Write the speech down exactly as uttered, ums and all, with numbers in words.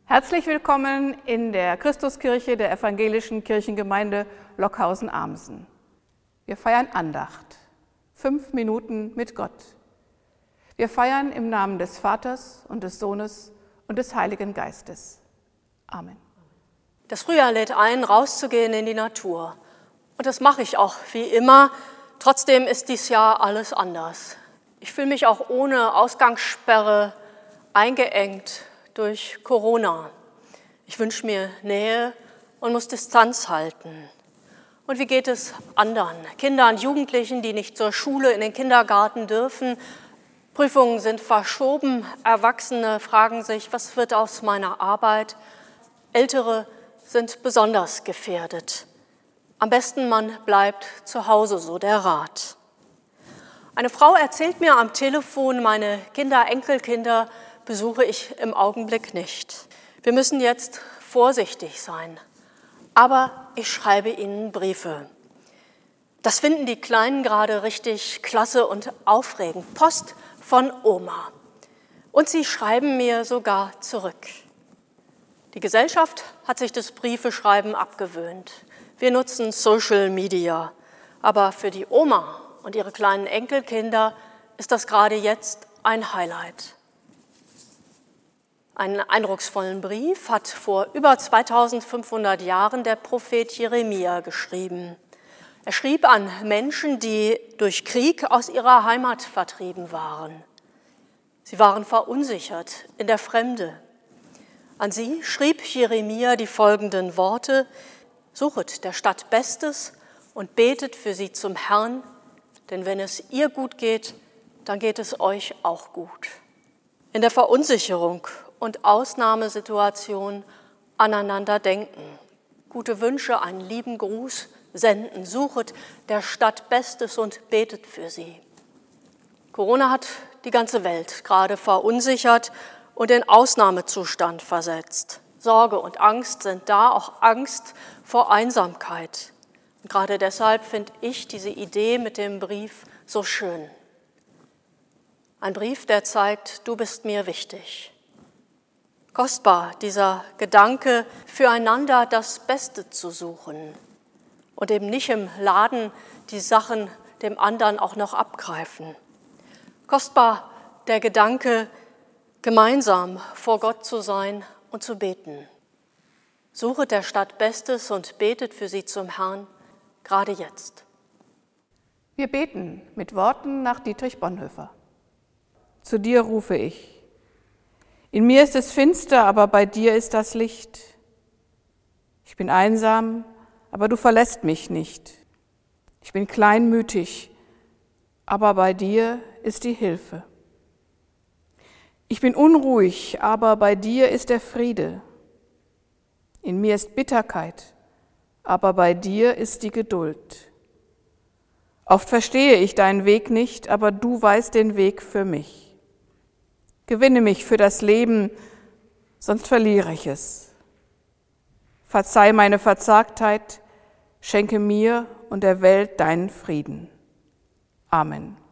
Herzlich willkommen in der Christuskirche der Evangelischen Kirchengemeinde Lockhausen-Amsen. Wir feiern Andacht, fünf Minuten mit Gott. Wir feiern im Namen des Vaters und des Sohnes und des Heiligen Geistes. Amen. Das Frühjahr lädt ein, rauszugehen in die Natur. Und das mache ich auch wie immer. Trotzdem ist dieses Jahr alles anders. Ich fühle mich auch ohne Ausgangssperre eingeengt durch Corona. Ich wünsche mir Nähe und muss Distanz halten. Und wie geht es anderen? Kindern, Jugendlichen, die nicht zur Schule, in den Kindergarten dürfen. Prüfungen sind verschoben. Erwachsene fragen sich, was wird aus meiner Arbeit? Ältere sind besonders gefährdet. Am besten, man bleibt zu Hause, so der Rat. Eine Frau erzählt mir am Telefon, meine Kinder, Enkelkinder besuche ich im Augenblick nicht. Wir müssen jetzt vorsichtig sein. Aber ich schreibe ihnen Briefe. Das finden die Kleinen gerade richtig klasse und aufregend. Post von Oma. Und sie schreiben mir sogar zurück. Die Gesellschaft hat sich das Briefeschreiben abgewöhnt. Wir nutzen Social Media. Aber für die Oma und ihre kleinen Enkelkinder ist das gerade jetzt ein Highlight. Einen eindrucksvollen Brief hat vor über zweitausendfünfhundert Jahren der Prophet Jeremia geschrieben. Er schrieb an Menschen, die durch Krieg aus ihrer Heimat vertrieben waren. Sie waren verunsichert in der Fremde. An sie schrieb Jeremia die folgenden Worte: Suchet der Stadt Bestes und betet für sie zum Herrn, denn wenn es ihr gut geht, dann geht es euch auch gut. In der Verunsicherung und Ausnahmesituation aneinander denken, gute Wünsche, einen lieben Gruß senden, suchet der Stadt Bestes und betet für sie. Corona hat die ganze Welt gerade verunsichert und in Ausnahmezustand versetzt. Sorge und Angst sind da, auch Angst vor Einsamkeit. Und gerade deshalb finde ich diese Idee mit dem Brief so schön. Ein Brief, der zeigt, du bist mir wichtig. Kostbar, dieser Gedanke, füreinander das Beste zu suchen und eben nicht im Laden die Sachen dem anderen auch noch abgreifen. Kostbar der Gedanke, gemeinsam vor Gott zu sein und zu beten. Suchet der Stadt Bestes und betet für sie zum Herrn, gerade jetzt. Wir beten mit Worten nach Dietrich Bonhoeffer. Zu dir rufe ich. In mir ist es finster, aber bei dir ist das Licht. Ich bin einsam, aber du verlässt mich nicht. Ich bin kleinmütig, aber bei dir ist die Hilfe. Ich bin unruhig, aber bei dir ist der Friede. In mir ist Bitterkeit, aber bei dir ist die Geduld. Oft verstehe ich deinen Weg nicht, aber du weißt den Weg für mich. Gewinne mich für das Leben, sonst verliere ich es. Verzeih meine Verzagtheit, schenke mir und der Welt deinen Frieden. Amen.